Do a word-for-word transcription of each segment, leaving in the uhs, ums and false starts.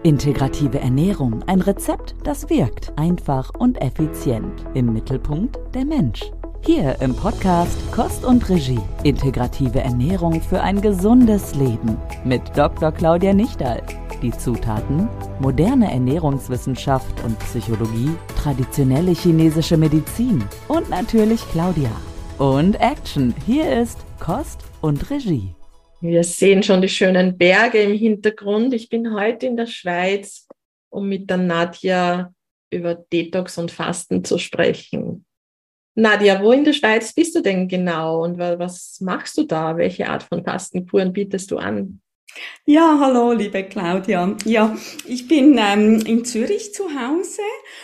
Integrative Ernährung, ein Rezept, das wirkt, einfach und effizient. Im Mittelpunkt der Mensch. Hier im Podcast Kost und Regie. Integrative Ernährung für ein gesundes Leben. Mit Doktor Claudia Nichterl. Die Zutaten: moderne Ernährungswissenschaft und Psychologie, traditionelle chinesische Medizin und natürlich Claudia. Und Action, hier ist Kost und Regie. Wir sehen schon die schönen Berge im Hintergrund. Ich bin heute in der Schweiz, um mit der Nadja über Detox und Fasten zu sprechen. Nadja, wo in der Schweiz bist du denn genau und was machst du da? Welche Art von Fastenkuren bietest du an? Ja, hallo, liebe Claudia. Ja, ich bin ähm, in Zürich zu Hause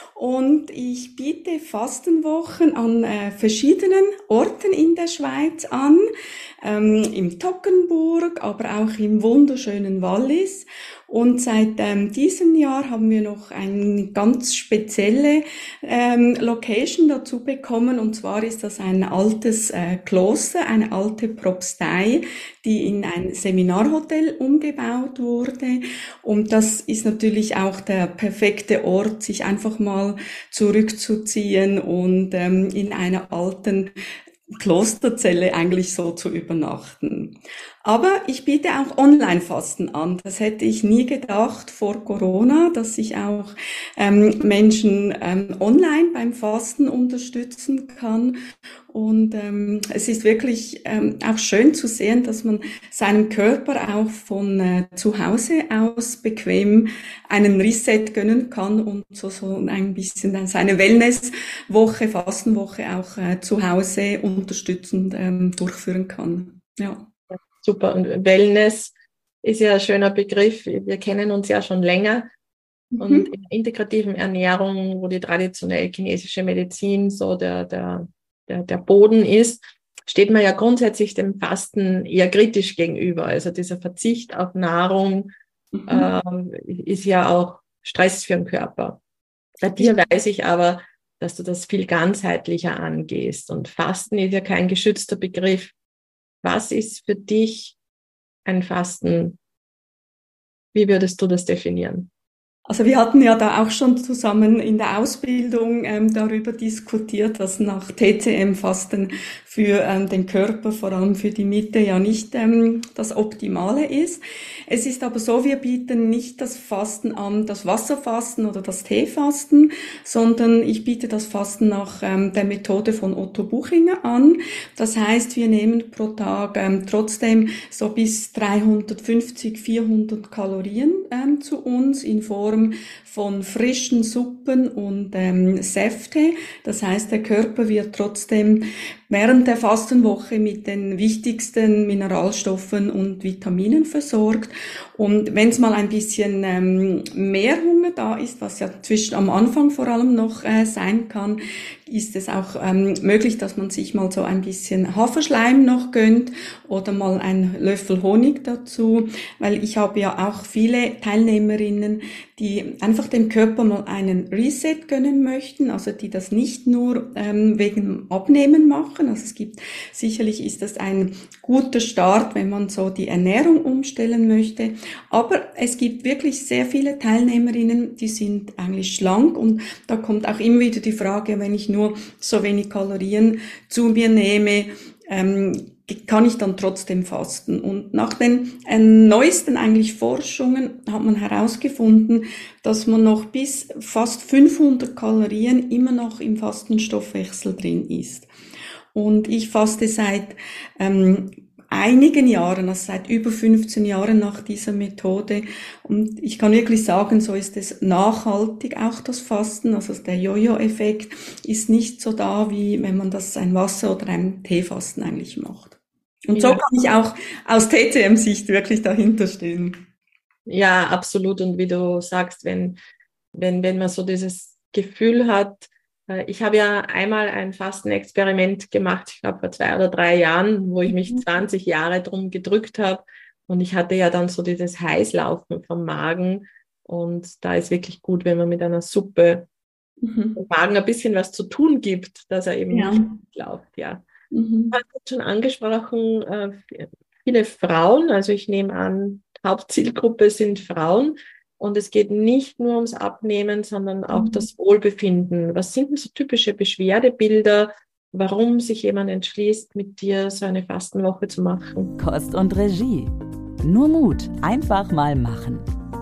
und ich biete Fastenwochen an äh, verschiedenen Orten in der Schweiz an, ähm, im Toggenburg, aber auch im wunderschönen Wallis. Und seit ähm, diesem Jahr haben wir noch eine ganz spezielle ähm, Location dazu bekommen. Und zwar ist das ein altes äh, Kloster, eine alte Propstei, die in ein Seminarhotel umgebaut wurde. Und das ist natürlich auch der perfekte Ort, sich einfach mal zurückzuziehen und ähm, in einer alten Klosterzelle eigentlich so zu übernachten. Aber ich biete auch Online-Fasten an. Das hätte ich nie gedacht vor Corona, dass ich auch ähm, Menschen ähm, online beim Fasten unterstützen kann. Und ähm, es ist wirklich ähm, auch schön zu sehen, dass man seinem Körper auch von äh, zu Hause aus bequem einen Reset gönnen kann und so, so ein bisschen seine Wellnesswoche, Fastenwoche auch äh, zu Hause unterstützend ähm, durchführen kann. Ja. Super. Und Wellness ist ja ein schöner Begriff. Wir kennen uns ja schon länger. Mhm. Und in der integrativen Ernährung, wo die traditionelle chinesische Medizin so der, der, der, der Boden ist, steht man ja grundsätzlich dem Fasten eher kritisch gegenüber. Also dieser Verzicht auf Nahrung mhm. äh, ist ja auch Stress für den Körper. Bei dir weiß ich aber, dass du das viel ganzheitlicher angehst. Und Fasten ist ja kein geschützter Begriff. Was ist für dich ein Fasten? Wie würdest du das definieren? Also wir hatten ja da auch schon zusammen in der Ausbildung ähm, darüber diskutiert, dass nach T C M-Fasten für ähm, den Körper, vor allem für die Mitte, ja nicht ähm, das Optimale ist. Es ist aber so, wir bieten nicht das Fasten an, das Wasserfasten oder das Teefasten, sondern ich biete das Fasten nach ähm, der Methode von Otto Buchinger an. Das heißt, wir nehmen pro Tag ähm, trotzdem so bis dreihundertfünfzig, vierhundert Kalorien ähm, zu uns in Form von frischen Suppen und ähm, Säfte. Das heißt, der Körper wird trotzdem während der Fastenwoche mit den wichtigsten Mineralstoffen und Vitaminen versorgt. Und wenn es mal ein bisschen ähm, mehr Hunger da ist, was ja zwischen am Anfang vor allem noch äh, sein kann, ist es auch ähm, möglich, dass man sich mal so ein bisschen Haferschleim noch gönnt oder mal einen Löffel Honig dazu, weil ich habe ja auch viele Teilnehmerinnen, die einfach dem Körper mal einen Reset gönnen möchten, also die das nicht nur ähm, wegen Abnehmen machen. Also es gibt, sicherlich ist das ein guter Start, wenn man so die Ernährung umstellen möchte. Aber es gibt wirklich sehr viele Teilnehmerinnen, die sind eigentlich schlank und da kommt auch immer wieder die Frage, wenn ich nur so wenig Kalorien zu mir nehme, ähm, kann ich dann trotzdem fasten. Und nach den äh, neuesten eigentlich Forschungen hat man herausgefunden, dass man noch bis fast fünfhundert Kalorien immer noch im Fastenstoffwechsel drin ist. Und ich faste seit ähm, einigen Jahren, also seit über fünfzehn Jahren nach dieser Methode. Und ich kann wirklich sagen, so ist es nachhaltig auch das Fasten. Also der Jojo-Effekt ist nicht so da, wie wenn man das ein Wasser- oder ein Teefasten eigentlich macht. Und so ja. Kann ich auch aus T C M-Sicht wirklich dahinter stehen. Ja, absolut. Und wie du sagst, wenn, wenn, wenn man so dieses Gefühl hat, ich habe ja einmal ein Fastenexperiment gemacht, ich glaube vor zwei oder drei Jahren, wo ich mich zwanzig Jahre drum gedrückt habe. Und ich hatte ja dann so dieses Heißlaufen vom Magen. Und da ist wirklich gut, wenn man mit einer Suppe mhm. dem Magen ein bisschen was zu tun gibt, dass er eben ja. nicht läuft. Ja. Mhm. Du hast schon angesprochen, viele Frauen, also ich nehme an, Hauptzielgruppe sind Frauen. Und es geht nicht nur ums Abnehmen, sondern auch Mhm. das Wohlbefinden. Was sind denn so typische Beschwerdebilder, warum sich jemand entschließt, mit dir so eine Fastenwoche zu machen? Kost und Regie. Nur Mut, einfach mal machen.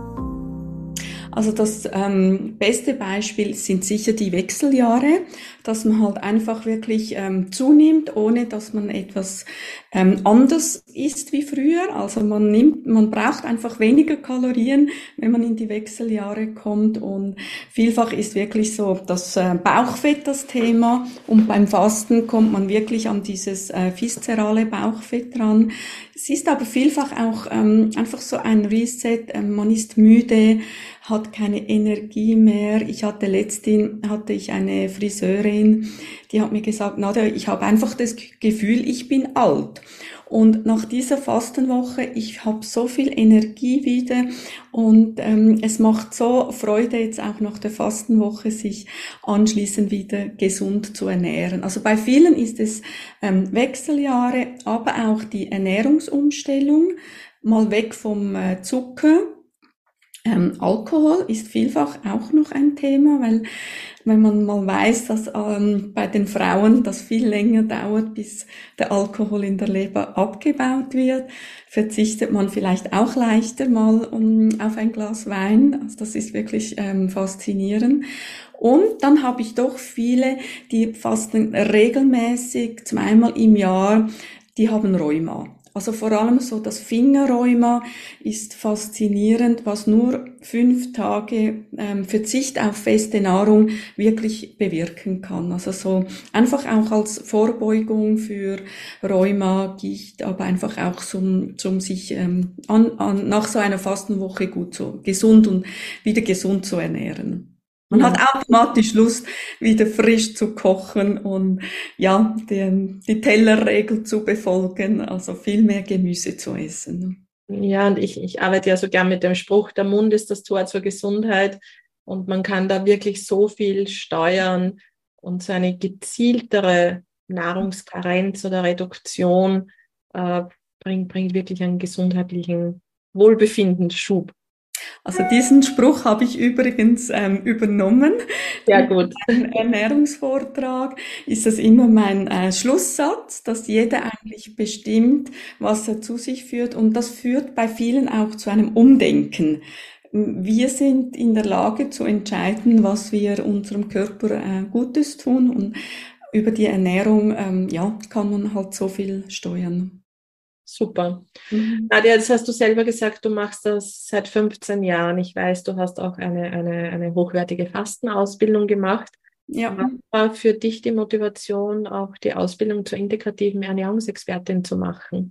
Also das ähm, beste Beispiel sind sicher die Wechseljahre, dass man halt einfach wirklich ähm, zunimmt, ohne dass man etwas ähm, anders isst wie früher. Also man nimmt, man braucht einfach weniger Kalorien, wenn man in die Wechseljahre kommt. Und vielfach ist wirklich so das äh, Bauchfett das Thema. Und beim Fasten kommt man wirklich an dieses äh, viszerale Bauchfett ran. Es ist aber vielfach auch ähm, einfach so ein Reset. Ähm, man ist müde, hat keine Energie mehr. Ich hatte letztens hatte ich eine Friseurin, die hat mir gesagt, Nadja, ich habe einfach das Gefühl, ich bin alt. Und nach dieser Fastenwoche, ich habe so viel Energie wieder und ähm, es macht so Freude jetzt auch nach der Fastenwoche, sich anschließend wieder gesund zu ernähren. Also bei vielen ist es ähm, Wechseljahre, aber auch die Ernährungsumstellung, mal weg vom äh, Zucker. Ähm, Alkohol ist vielfach auch noch ein Thema, weil wenn man mal weiß, dass ähm, bei den Frauen das viel länger dauert, bis der Alkohol in der Leber abgebaut wird, verzichtet man vielleicht auch leichter mal um, auf ein Glas Wein. Also das ist wirklich ähm, faszinierend. Und dann habe ich doch viele, die fasten regelmäßig, zweimal im Jahr, die haben Rheuma. Also vor allem so das Fingerrheuma ist faszinierend, was nur fünf Tage ähm, Verzicht auf feste Nahrung wirklich bewirken kann. Also so einfach auch als Vorbeugung für Rheuma, Gicht, aber einfach auch zum, zum sich ähm, an, an, nach so einer Fastenwoche gut so gesund und wieder gesund zu ernähren. Man Ja. hat automatisch Lust, wieder frisch zu kochen und ja, die, die Tellerregel zu befolgen, also viel mehr Gemüse zu essen. Ja, und ich, ich arbeite ja so gern mit dem Spruch, der Mund ist das Tor zur Gesundheit und man kann da wirklich so viel steuern und so eine gezieltere Nahrungskarenz oder Reduktion äh, bringt, bringt wirklich einen gesundheitlichen Wohlbefindensschub. Also diesen Spruch habe ich übrigens ähm, übernommen. Sehr gut. Im Ernährungsvortrag ist das immer mein äh, Schlusssatz, dass jeder eigentlich bestimmt, was er zu sich führt. Und das führt bei vielen auch zu einem Umdenken. Wir sind in der Lage zu entscheiden, was wir unserem Körper äh, Gutes tun. Und über die Ernährung ähm, ja, kann man halt so viel steuern. Super. Mhm. Nadja, jetzt hast du selber gesagt, du machst das seit fünfzehn Jahren. Ich weiß, du hast auch eine, eine, eine hochwertige Fastenausbildung gemacht. Ja. Was war für dich die Motivation, auch die Ausbildung zur integrativen Ernährungsexpertin zu machen?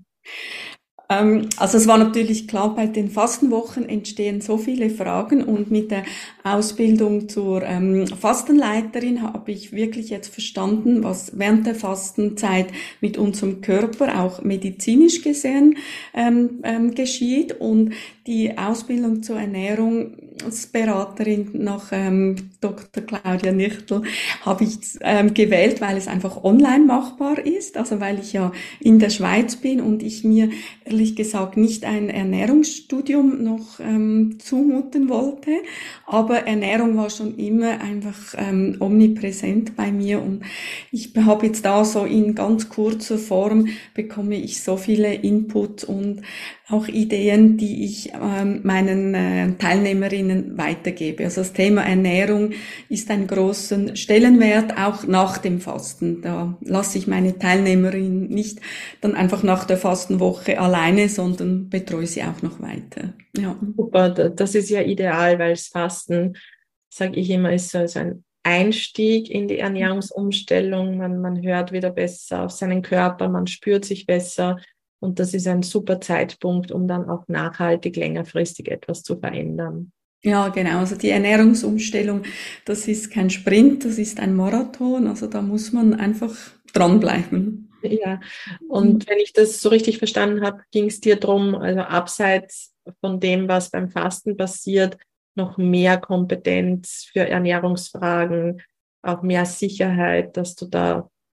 Ähm, also es war natürlich klar, bei den Fastenwochen entstehen so viele Fragen und mit der Ausbildung zur ähm, Fastenleiterin habe ich wirklich jetzt verstanden, was während der Fastenzeit mit unserem Körper auch medizinisch gesehen ähm, ähm, geschieht, und die Ausbildung zur Ernährungsberaterin nach ähm, Doktor Claudia Nichtel habe ich ähm, gewählt, weil es einfach online machbar ist, also weil ich ja in der Schweiz bin und ich mir ehrlich gesagt nicht ein Ernährungsstudium noch ähm, zumuten wollte, aber Ernährung war schon immer einfach ähm, omnipräsent bei mir, und ich habe jetzt da so in ganz kurzer Form bekomme ich so viele Input und auch Ideen, die ich ähm, meinen äh, Teilnehmerinnen weitergebe. Also das Thema Ernährung ist einen großen Stellenwert, auch nach dem Fasten. Da lasse ich meine Teilnehmerinnen nicht dann einfach nach der Fastenwoche alleine, sondern betreue sie auch noch weiter. Ja. Super, das ist ja ideal, weil das Fasten, sage ich immer, ist so ein Einstieg in die Ernährungsumstellung. Man, man hört wieder besser auf seinen Körper, man spürt sich besser. Und das ist ein super Zeitpunkt, um dann auch nachhaltig längerfristig etwas zu verändern. Ja, genau. Also die Ernährungsumstellung, das ist kein Sprint, das ist ein Marathon. Also da muss man einfach dranbleiben. Ja, und wenn ich das so richtig verstanden habe, ging es dir darum, also abseits von dem, was beim Fasten passiert, noch mehr Kompetenz für Ernährungsfragen, auch mehr Sicherheit, dass du da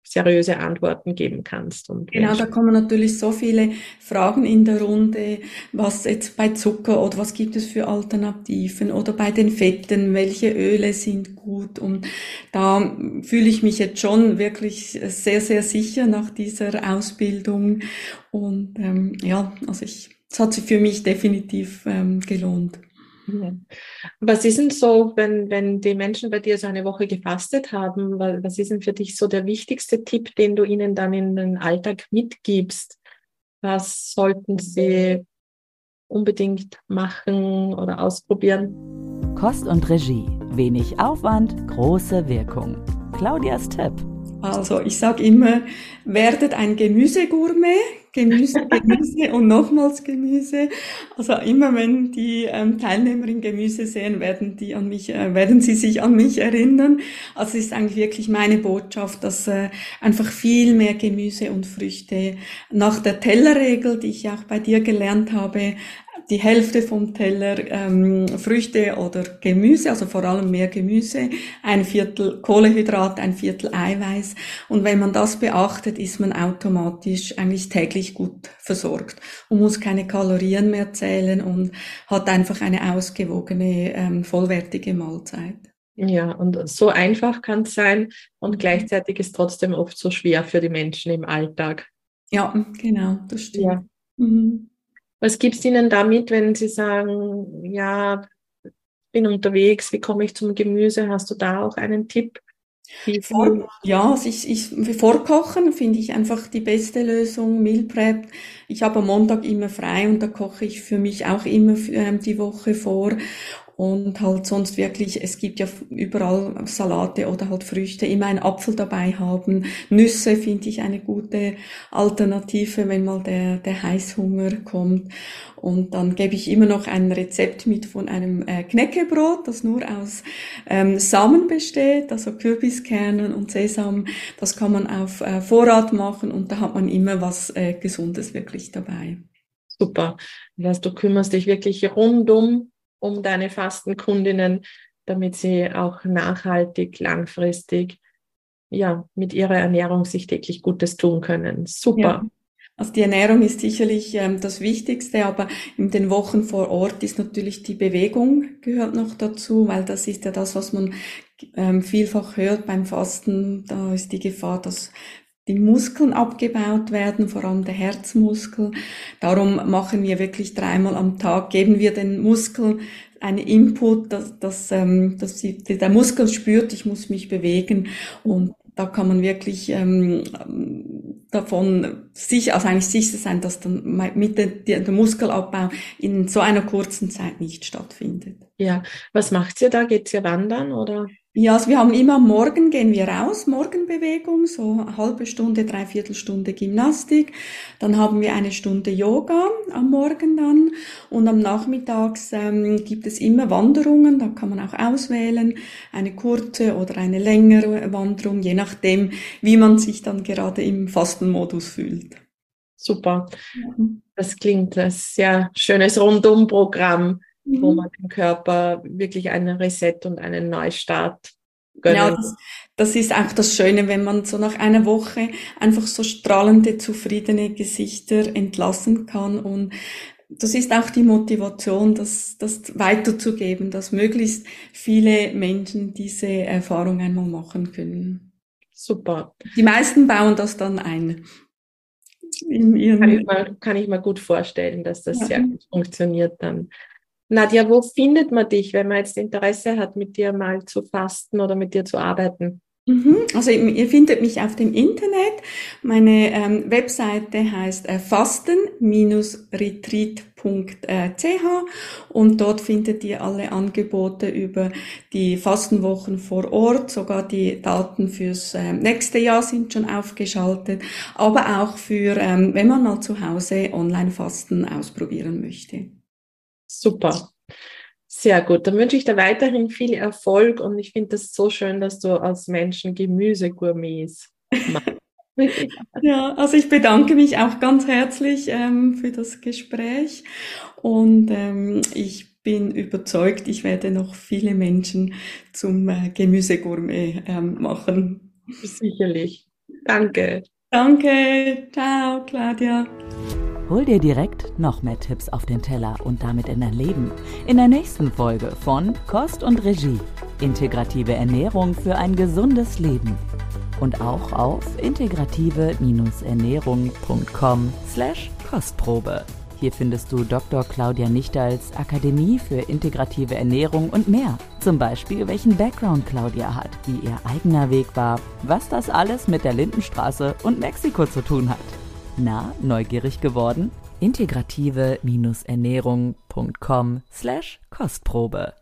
seriöse Antworten geben kannst. Und Genau, Menschen. da kommen natürlich so viele Fragen in der Runde, was jetzt bei Zucker oder was gibt es für Alternativen oder bei den Fetten, welche Öle sind gut, und da fühle ich mich jetzt schon wirklich sehr, sehr sicher nach dieser Ausbildung, und ähm, ja, also ich, es hat sich für mich definitiv ähm, gelohnt. Ja. Was ist denn so, wenn, wenn die Menschen bei dir so eine Woche gefastet haben, wa- was ist denn für dich so der wichtigste Tipp, den du ihnen dann in den Alltag mitgibst? Was sollten sie unbedingt machen oder ausprobieren? Kost und Regie. Wenig Aufwand, große Wirkung. Claudias Tipp. Also ich sage immer, werdet ein Gemüsegourmet, Gemüse, Gemüse und nochmals Gemüse. Also immer wenn die ähm, Teilnehmerinnen Gemüse sehen, werden die an mich, äh, werden sie sich an mich erinnern. Also es ist eigentlich wirklich meine Botschaft, dass äh, einfach viel mehr Gemüse und Früchte nach der Tellerregel, die ich auch bei dir gelernt habe, die Hälfte vom Teller ähm, Früchte oder Gemüse, also vor allem mehr Gemüse, ein Viertel Kohlehydrat, ein Viertel Eiweiß. Und wenn man das beachtet, ist man automatisch eigentlich täglich gut versorgt und muss keine Kalorien mehr zählen und hat einfach eine ausgewogene, ähm, vollwertige Mahlzeit. Ja, und so einfach kann es sein und gleichzeitig ist trotzdem oft so schwer für die Menschen im Alltag. Ja, genau, das stimmt. Ja. Mhm. Was gibst du ihnen damit, wenn sie sagen, ja, bin unterwegs, wie komme ich zum Gemüse? Hast du da auch einen Tipp? Wie Vor, viel? ja, also ich, ich, Vorkochen finde ich einfach die beste Lösung. Meal Prep. Ich habe am Montag immer frei und da koche ich für mich auch immer ähm, die Woche vor. Und halt sonst wirklich, es gibt ja überall Salate oder halt Früchte, immer einen Apfel dabei haben. Nüsse finde ich eine gute Alternative, wenn mal der, der Heißhunger kommt. Und dann gebe ich immer noch ein Rezept mit von einem äh, Knäckebrot, das nur aus ähm, Samen besteht, also Kürbiskernen und Sesam. Das kann man auf äh, Vorrat machen und da hat man immer was äh, Gesundes wirklich dabei. Super. Das heißt, du kümmerst dich wirklich rundum um deine Fastenkundinnen, damit sie auch nachhaltig, langfristig, ja, mit ihrer Ernährung sich täglich Gutes tun können. Ja. Super. Also die Ernährung ist sicherlich ähm, das Wichtigste, aber in den Wochen vor Ort ist natürlich die Bewegung gehört noch dazu, weil das ist ja das, was man ähm, vielfach hört beim Fasten. Da ist die Gefahr, dass die Muskeln abgebaut werden, vor allem der Herzmuskel. Darum machen wir wirklich dreimal am Tag, geben wir den Muskeln einen Input, dass, dass, ähm, dass sie, der Muskel spürt, ich muss mich bewegen, und da kann man wirklich ähm, davon sicher, also eigentlich sicher sein, dass dann mit der, der Muskelabbau in so einer kurzen Zeit nicht stattfindet. Ja, was macht ihr da? Geht's ihr wandern oder? Ja, also wir haben immer am Morgen gehen wir raus, Morgenbewegung, so eine halbe Stunde, dreiviertel Stunde Gymnastik. Dann haben wir eine Stunde Yoga am Morgen dann, und am Nachmittags ähm, gibt es immer Wanderungen, da kann man auch auswählen, eine kurze oder eine längere Wanderung, je nachdem, wie man sich dann gerade im Fastenmodus fühlt. Super. Ja. Das klingt als sehr schönes Rundumprogramm, wo Mhm. man dem Körper wirklich einen Reset und einen Neustart gönnen. Ja, das, das ist auch das Schöne, wenn man so nach einer Woche einfach so strahlende, zufriedene Gesichter entlassen kann, und das ist auch die Motivation, das, das weiterzugeben, dass möglichst viele Menschen diese Erfahrung einmal machen können. Super. Die meisten bauen das dann ein in Kann ich ihren, mir, kann ich mir gut vorstellen, dass das ja. sehr gut funktioniert dann. Nadja, wo findet man dich, wenn man jetzt Interesse hat, mit dir mal zu fasten oder mit dir zu arbeiten? Mhm. Also ihr findet mich auf dem Internet. Meine ähm, Webseite heißt äh, fasten Retreat punkt c h, und dort findet ihr alle Angebote über die Fastenwochen vor Ort. Sogar die Daten fürs ähm, nächste Jahr sind schon aufgeschaltet, aber auch für, ähm, wenn man mal zu Hause Online-Fasten ausprobieren möchte. Super. Sehr gut. Dann wünsche ich dir weiterhin viel Erfolg und ich finde das so schön, dass du als Menschen Gemüsegourmets machst. Ja, also ich bedanke mich auch ganz herzlich ähm, für das Gespräch, und ähm, ich bin überzeugt, ich werde noch viele Menschen zum äh, Gemüsegourmet ähm, machen. Sicherlich. Danke. Danke. Ciao, Claudia. Hol dir direkt noch mehr Tipps auf den Teller und damit in dein Leben. In der nächsten Folge von Kost und Regie. Integrative Ernährung für ein gesundes Leben. Und auch auf integrative Ernährung punkt com slash Kostprobe. Hier findest du Doktor Claudia Nichtals Akademie für integrative Ernährung und mehr. Zum Beispiel, welchen Background Claudia hat, wie ihr eigener Weg war, was das alles mit der Lindenstraße und Mexiko zu tun hat. Na, neugierig geworden? integrative Ernährung punkt com slash Kostprobe.